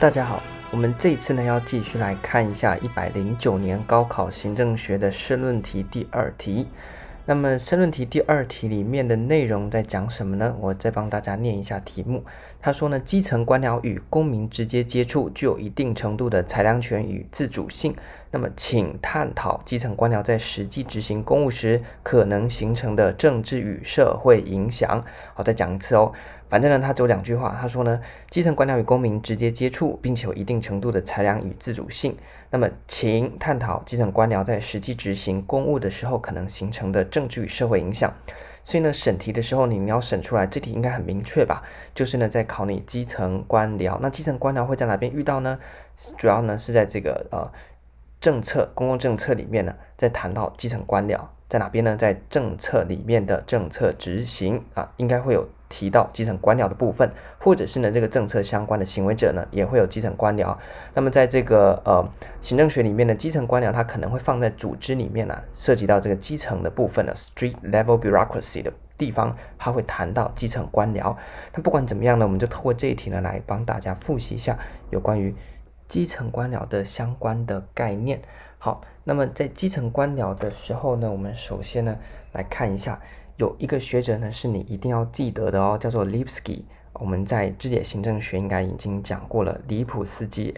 大家好，我们这一次呢要继续来看一下109年高考行政学的申论题第2题。那么申论题第2题里面的内容在讲什么呢？我再帮大家念一下题目。他说呢，基层官僚与公民直接接触，具有一定程度的裁量权与自主性。那么请探讨基层官僚在实际执行公务时可能形成的政治与社会影响。好，再讲一次哦。反正呢，他只有2句话。他说呢，基层官僚与公民直接接触，并且有一定程度的裁量与自主性。那么，请探讨基层官僚在实际执行公务的时候可能形成的政治与社会影响。所以呢，审题的时候你要审出来，这题应该很明确吧？就是呢，在考你基层官僚。那基层官僚会在哪边遇到呢？主要呢是在这个政策公共政策里面呢，在谈到基层官僚在哪边呢？在政策里面的政策执行应该会有提到基层官僚的部分，或者是呢这个政策相关的行为者呢也会有基层官僚。那么在这个行政学里面的基层官僚，它可能会放在组织里面涉及到这个基层的部分的 street level bureaucracy 的地方，它会谈到基层官僚。那不管怎么样呢，我们就透过这一题呢来帮大家复习一下有关于基层官僚的相关的概念。好，那么在基层官僚的时候呢，我们首先呢来看一下，有一个学者呢是你一定要记得的哦，叫做 Lipsky。我们在肢解行政学应该已经讲过了，里普斯基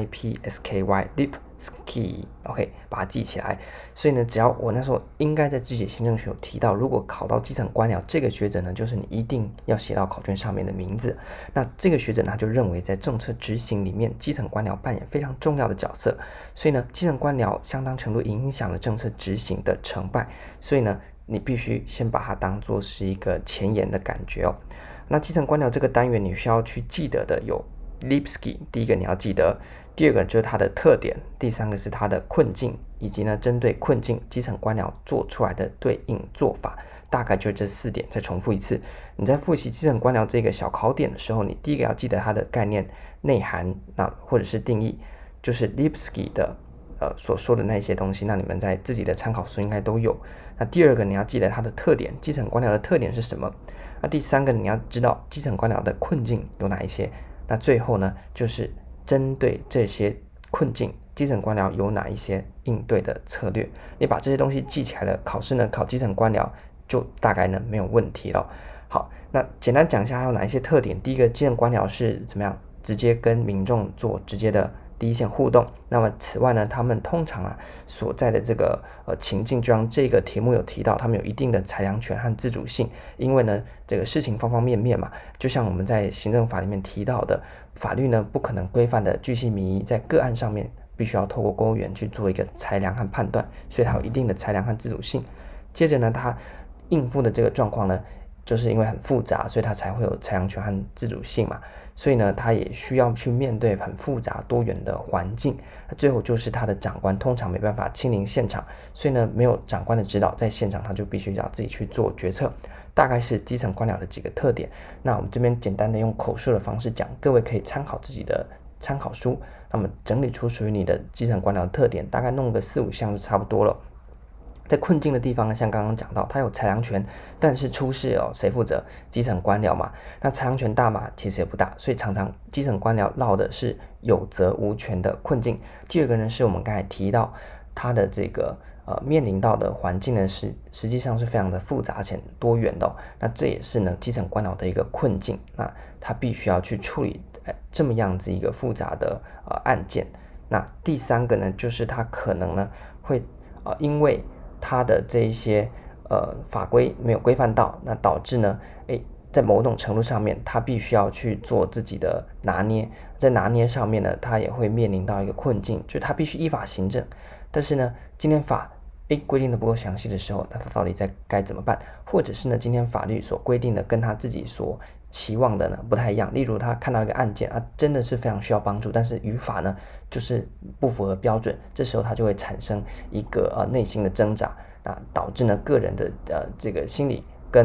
Lipsky OK， 把它记起来。所以呢，只要我那时候应该在肢解行政学有提到，如果考到基层官僚这个学者呢，就是你一定要写到考卷上面的名字。那这个学者呢，他就认为在政策执行里面，基层官僚扮演非常重要的角色。所以呢，基层官僚相当程度影响了政策执行的成败。所以呢，你必须先把它当作是一个前言的感觉哦。那基层官僚这个单元你需要去记得的有 Lipsky， 第一个你要记得，第二个就是它的特点，第三个是它的困境，以及呢针对困境基层官僚做出来的对应做法，大概就这4点。再重复一次，你在复习基层官僚这个小考点的时候，你第一个要记得它的概念内涵，或者是定义，就是 Lipsky 的所说的那些东西，那你们在自己的参考书应该都有。那第二个你要记得它的特点，基层官僚的特点是什么？那第三个你要知道基层官僚的困境有哪一些？那最后呢，就是针对这些困境，基层官僚有哪一些应对的策略？你把这些东西记起来了，考试呢考基层官僚就大概呢没有问题了。好，那简单讲一下还有哪一些特点。第一个，基层官僚是怎么样直接跟民众做直接的第一线互动。那么此外呢，他们通常所在的这个情境，就像这个题目有提到，他们有一定的裁量权和自主性。因为呢，这个事情方方面面嘛，就像我们在行政法里面提到的，法律呢不可能规范的巨细靡遗，在个案上面必须要透过公务员去做一个裁量和判断，所以它有一定的裁量和自主性。接着呢，它应付的这个状况呢，就是因为很复杂，所以它才会有裁量权和自主性嘛。所以呢，他也需要去面对很复杂多元的环境。最后就是他的长官通常没办法亲临现场，所以呢，没有长官的指导，在现场他就必须要自己去做决策。大概是基层官僚的几个特点。那我们这边简单的用口述的方式讲，各位可以参考自己的参考书，那么整理出属于你的基层官僚的特点，大概弄个4-5项就差不多了。在困境的地方呢，像刚刚讲到，他有裁量权，但是出事谁负责？基层官僚嘛。那裁量权大嘛，其实也不大，所以常常基层官僚落的是有责无权的困境。第二个呢，是我们刚才提到他的这个面临到的环境呢，实际上是非常的复杂且多元的那这也是呢基层官僚的一个困境。那他必须要去处理这么样子一个复杂的案件。那第三个呢，就是他可能呢会因为他的这一些法规没有规范到，那导致呢在某种程度上面他必须要去做自己的拿捏。在拿捏上面呢，他也会面临到一个困境，就是他必须依法行政，但是呢今天法规定的不够详细的时候，那他到底该怎么办？或者是呢今天法律所规定的跟他自己所期望的呢不太一样。例如他看到一个案件真的是非常需要帮助，但是语法呢就是不符合标准，这时候他就会产生一个内心的挣扎，那导致呢个人的这个心理跟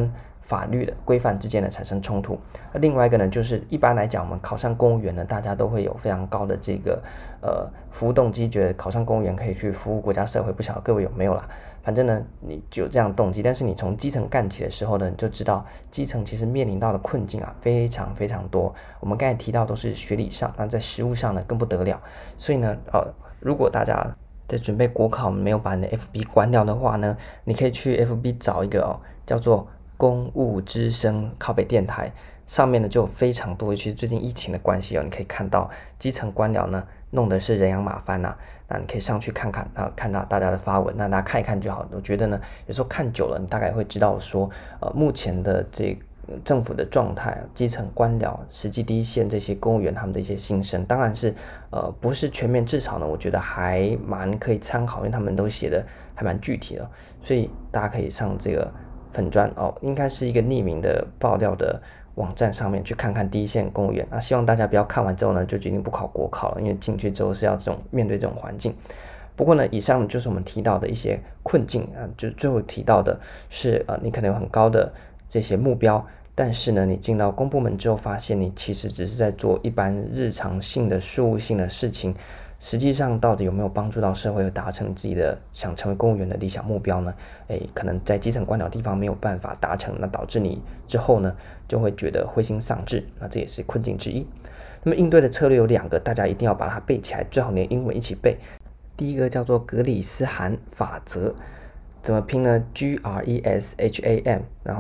法律的规范之间的产生冲突。另外一个呢，就是一般来讲，我们考上公务员呢，大家都会有非常高的这个服务动机，觉得考上公务员可以去服务国家社会，不晓得各位有没有啦？反正呢，你就有这样的动机，但是你从基层干起的时候呢，你就知道基层其实面临到的困境啊，非常非常多。我们刚才提到都是学理上，那在实务上呢更不得了。所以呢，如果大家在准备国考没有把你的 FB 关掉的话呢，你可以去 FB 找一个叫做公务之声靠北电台，上面呢就有非常多，尤其是最近疫情的关系你可以看到基层官僚呢弄的是人仰马翻啊，那你可以上去看看，看到大家的发文，那大家看一看就好。我觉得呢，有时候看久了，你大概会知道说，目前的这政府的状态，基层官僚、实际第一线这些公务员他们的一些心声，当然是不是全面，至少呢，我觉得还蛮可以参考，因为他们都写的还蛮具体的，所以大家可以上这个粉专应该是一个匿名的爆料的网站上面去看看第一线公务员。希望大家不要看完之后呢就决定不考国考了，因为进去之后是要面对这种环境。不过呢，以上就是我们提到的一些困境就最后提到的是你可能有很高的这些目标，但是呢，你进到公部门之后，发现你其实只是在做一般日常性的事务性的事情，实际上到底有没有帮助到社会，达成自己的想成为公务员的理想目标呢？可能在基层官僚地方没有办法达成，那导致你之后呢就会觉得灰心丧志，那这也是困境之一。那么应对的策略有2个，大家一定要把它背起来，最好连英文一起背。第一个叫做格里斯罕法则，怎么拼呢 ？Gresham， 然后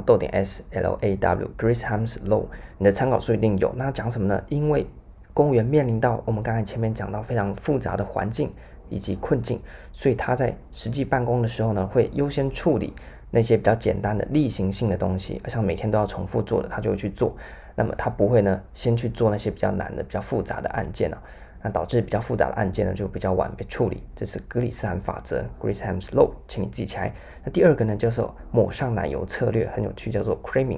.slaw Gresham's Law， 你的参考书一定有。那讲什么呢？因为公务员面临到我们刚才前面讲到非常复杂的环境以及困境，所以他在实际办公的时候呢，会优先处理那些比较简单的例行性的东西，像每天都要重复做的，他就会去做。那么他不会呢，先去做那些比较难的、比较复杂的案件那导致比较复杂的案件呢就比较晚被处理，这是格里斯罕法则 Gresham's Law， 请你记起来。那第2个呢叫做抹上奶油策略，很有趣，叫做 Creaming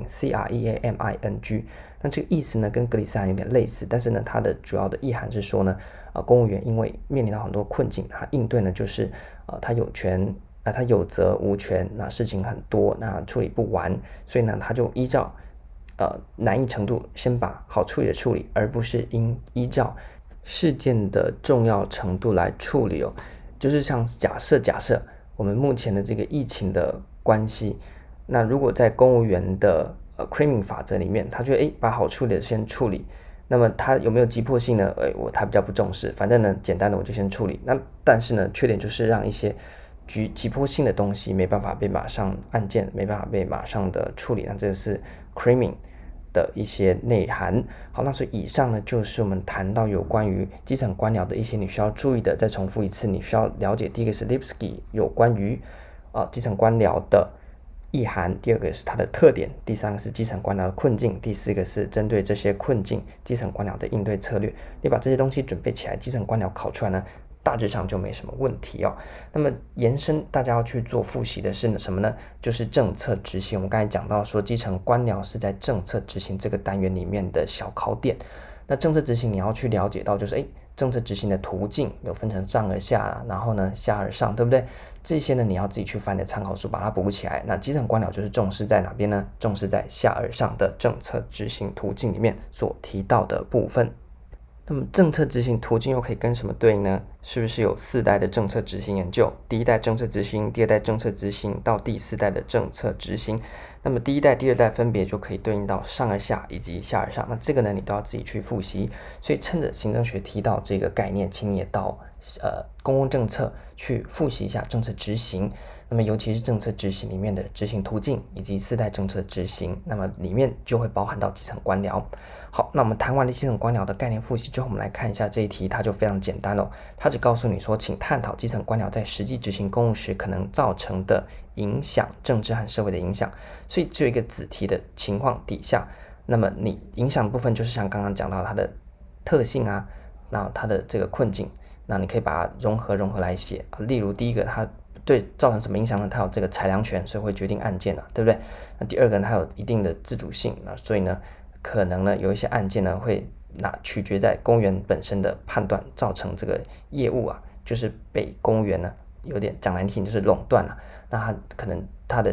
Creaming。那这个意思呢跟格里斯罕有点类似，但是呢它的主要的意涵是说呢，公务员因为面临到很多困境，他应对呢就是他有权他有责无权，那事情很多，那处理不完，所以呢他就依照难易程度先把好处理的处理，而不是依照事件的重要程度来处理就是像假设我们目前的这个疫情的关系，那如果在公务员的Creaming 法则里面，他觉得把好处理的先处理，那么他有没有急迫性呢？他比较不重视，反正呢简单的我就先处理。那但是呢缺点就是让一些急迫性的东西没办法被马上案件没办法被马上的处理，那这个是 Creaming的一些内涵。好，那所以以上呢就是我们谈到有关于基层官僚的一些你需要注意的。再重复一次，你需要了解第一个是 Lipsky 有关于基层官僚的意涵，第2个是它的特点，第3个是基层官僚的困境，第4个是针对这些困境基层官僚的应对策略。你把这些东西准备起来，基层官僚考出来呢大致上就没什么问题那么延伸大家要去做复习的是什么呢？就是政策执行。我们刚才讲到说基层官僚是在政策执行这个单元里面的小考点。那政策执行你要去了解到就是政策执行的途径有分成上而下然后呢下而上，对不对？这些呢你要自己去翻你的参考书把它补起来。那基层官僚就是重视在哪边呢？重视在下而上的政策执行途径里面所提到的部分。那么政策执行途径又可以跟什么对应呢？是不是有4代的政策执行研究？第1代政策执行，第2代政策执行，到第4代的政策执行。那么第1代、第2代分别就可以对应到上而下以及下而上。那这个呢你都要自己去复习。所以趁着行政学提到这个概念，请你也到公共政策去复习一下政策执行。那么尤其是政策执行里面的执行途径以及4代政策执行，那么里面就会包含到基层官僚。好，那我们谈完了基层官僚的概念复习之后，我们来看一下这一题，它就非常简单它只告诉你说，请探讨基层官僚在实际执行公务时可能造成的影响，政治和社会的影响。所以只有一个子题的情况底下，那么你影响的部分就是像刚刚讲到它的特性那它的这个困境，那你可以把它融合来写例如第一个，它对造成什么影响呢？它有这个裁量权，所以会决定案件对不对？那第2个呢，它有一定的自主性，那所以呢可能呢有一些案件呢会取决在公务员本身的判断，造成这个业务就是被公务员呢有点讲难听就是垄断那它可能它的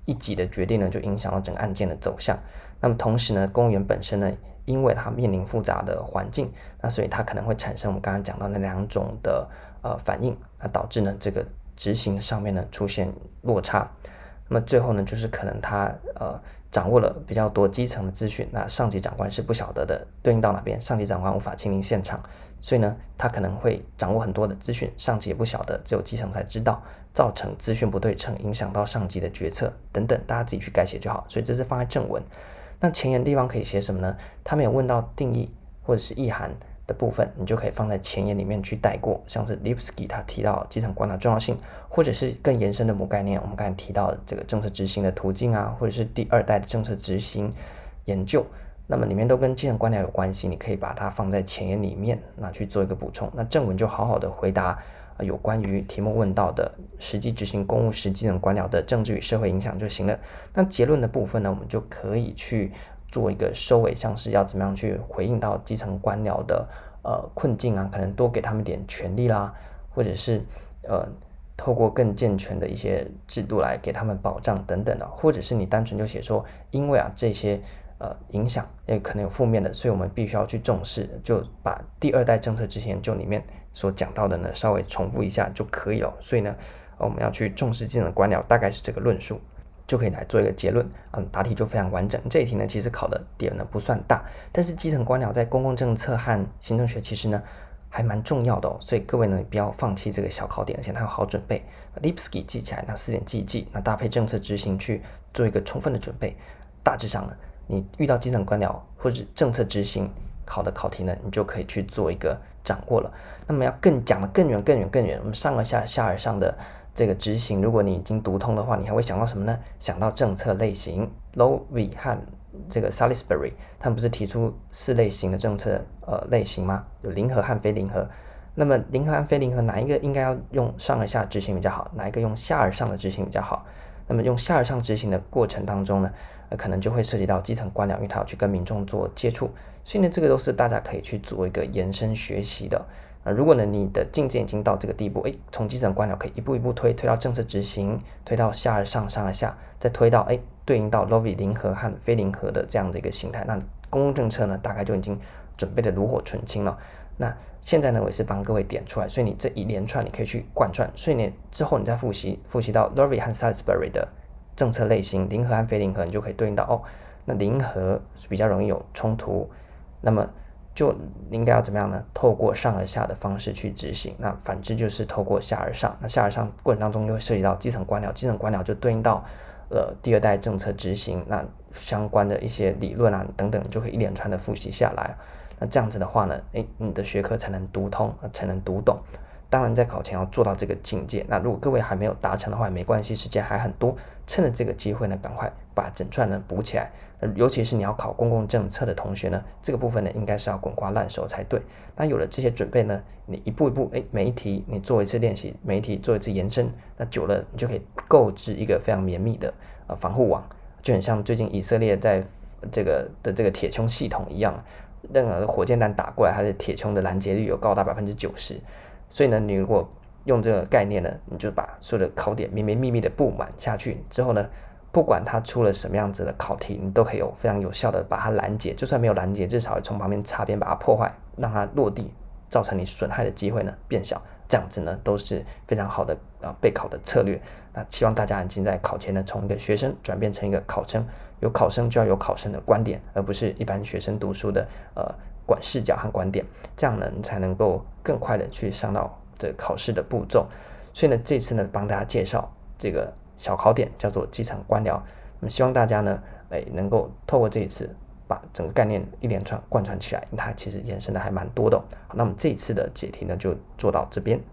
一己的决定呢，就影响到整个案件的走向。那么同时呢，公务员本身呢，因为他面临复杂的环境，那所以他可能会产生我们刚刚讲到那2种的反应，那导致呢这个执行上面呢出现落差。那么最后呢，就是可能他掌握了比较多基层的资讯，那上级长官是不晓得的，对应到哪边，上级长官无法亲临现场，所以呢，他可能会掌握很多的资讯，上级也不晓得，只有基层才知道，造成资讯不对称，影响到上级的决策等等，大家自己去改写就好。所以这是放在正文。那前言的地方可以写什么呢？他们有问到定义或者是意涵的部分，你就可以放在前言里面去带过，像是 Lipsky 他提到基层官僚重要性，或者是更延伸的母概念，我们刚才提到这个政策执行的途径啊，或者是第2代的政策执行研究，那么里面都跟基层官僚有关系，你可以把它放在前言里面，那去做一个补充。那正文就好好的回答有关于题目问到的实际执行公务时基层官僚的政治与社会影响就行了。那结论的部分呢，我们就可以去做一个收尾，像是要怎么样去回应到基层官僚的困境啊，可能多给他们点权利啦，或者是透过更健全的一些制度来给他们保障等等的，或者是你单纯就写说，因为这些影响也可能有负面的，所以我们必须要去重视，就把第2代政策执行研究里面所讲到的呢稍微重复一下就可以了。所以呢，我们要去重视基层官僚，大概是这个论述，就可以来做一个结论。答题就非常完整。这一题呢，其实考的点呢不算大，但是基层官僚在公共政策和行政学其实呢还蛮重要的所以各位呢不要放弃这个小考点，而且它要好准备。Lipsky 记起来，那4点记一记，那搭配政策执行去做一个充分的准备。大致上呢，你遇到基层官僚或者政策执行考的考题呢，你就可以去做一个掌握了。那么要讲得更远，我们上而下下而上的这个执行，如果你已经读通的话，你还会想到什么呢？想到政策类型。Lowy 和这个 Salisbury 他们不是提出4类型的政策类型吗？有零和和非零和。那么零和和非零和哪一个应该要用上而下执行比较好？哪一个用下而上的执行比较好？那么用下而上执行的过程当中呢，可能就会涉及到基层官僚，因为他要去跟民众做接触，所以呢，这个都是大家可以去做一个延伸学习的。如果呢你的境界已经到这个地步，从基层官僚可以一步一步推到政策执行，推到下而上，上而下，再推到对应到 Lowy 零和和非零和的这样的一个形态，那公共政策呢大概就已经准备的炉火纯青了。那现在呢，我也是帮各位点出来，所以你这一连串你可以去贯穿，所以呢之后你再复习到 Lowy 和 Salisbury 的政策类型，零和和非零和，你就可以对应到那零和是比较容易有冲突，那么就应该要怎么样呢？透过上而下的方式去执行，那反之就是透过下而上。那下而上过程当中就会涉及到基层官僚，基层官僚就对应到第2代政策执行，那相关的一些理论啊等等，就可以一连串的复习下来。那这样子的话呢，你的学科才能读通，才能读懂。当然在考前要做到这个境界，那如果各位还没有达成的话也没关系，时间还很多，趁着这个机会呢，赶快把整串呢补起来。尤其是你要考公共政策的同学呢，这个部分呢应该是要滚瓜烂熟才对。那有了这些准备呢，你一步一步，每一题你做一次练习，每一题做一次延伸，那久了你就可以构置一个非常绵密的防护网，就很像最近以色列在这个铁穹系统一样，任何火箭弹打过来，它的铁穹的拦截率有高达90%。所以呢，你如果用这个概念呢，你就把所有的考点绵绵密密的布满下去之后呢，不管它出了什么样子的考题，你都可以有非常有效的把它拦截，就算没有拦截，至少从旁边擦边把它破坏，让它落地，造成你损害的机会呢变小。这样子呢都是非常好的备考的策略。那希望大家已经在考前呢从一个学生转变成一个考生，有考生就要有考生的观点，而不是一般学生读书的视角和观点，这样呢你才能够更快的去上到这个考试的步骤。所以呢这次呢帮大家介绍这个小考点叫做基层官僚，那么希望大家呢能够透过这一次把整个概念一连串贯穿起来，它其实延伸的还蛮多的好，那么这一次的解题呢就做到这边。